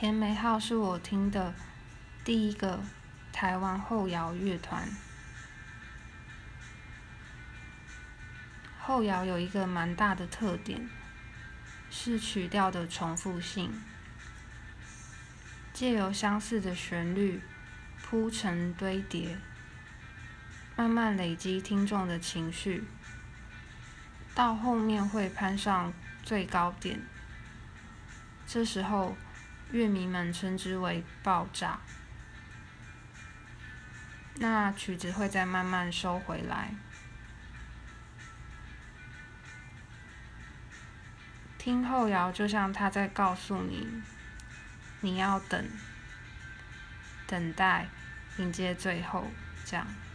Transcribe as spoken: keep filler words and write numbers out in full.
甜梅号是我听的第一个台湾后摇乐团。后摇有一个蛮大的特点，是曲调的重复性，借由相似的旋律铺陈堆叠，慢慢累积听众的情绪，到后面会攀上最高点，这时候乐迷们称之为爆炸。那曲子会再慢慢收回来。听后摇就像他在告诉你，你要等，等待，迎接最后，这样。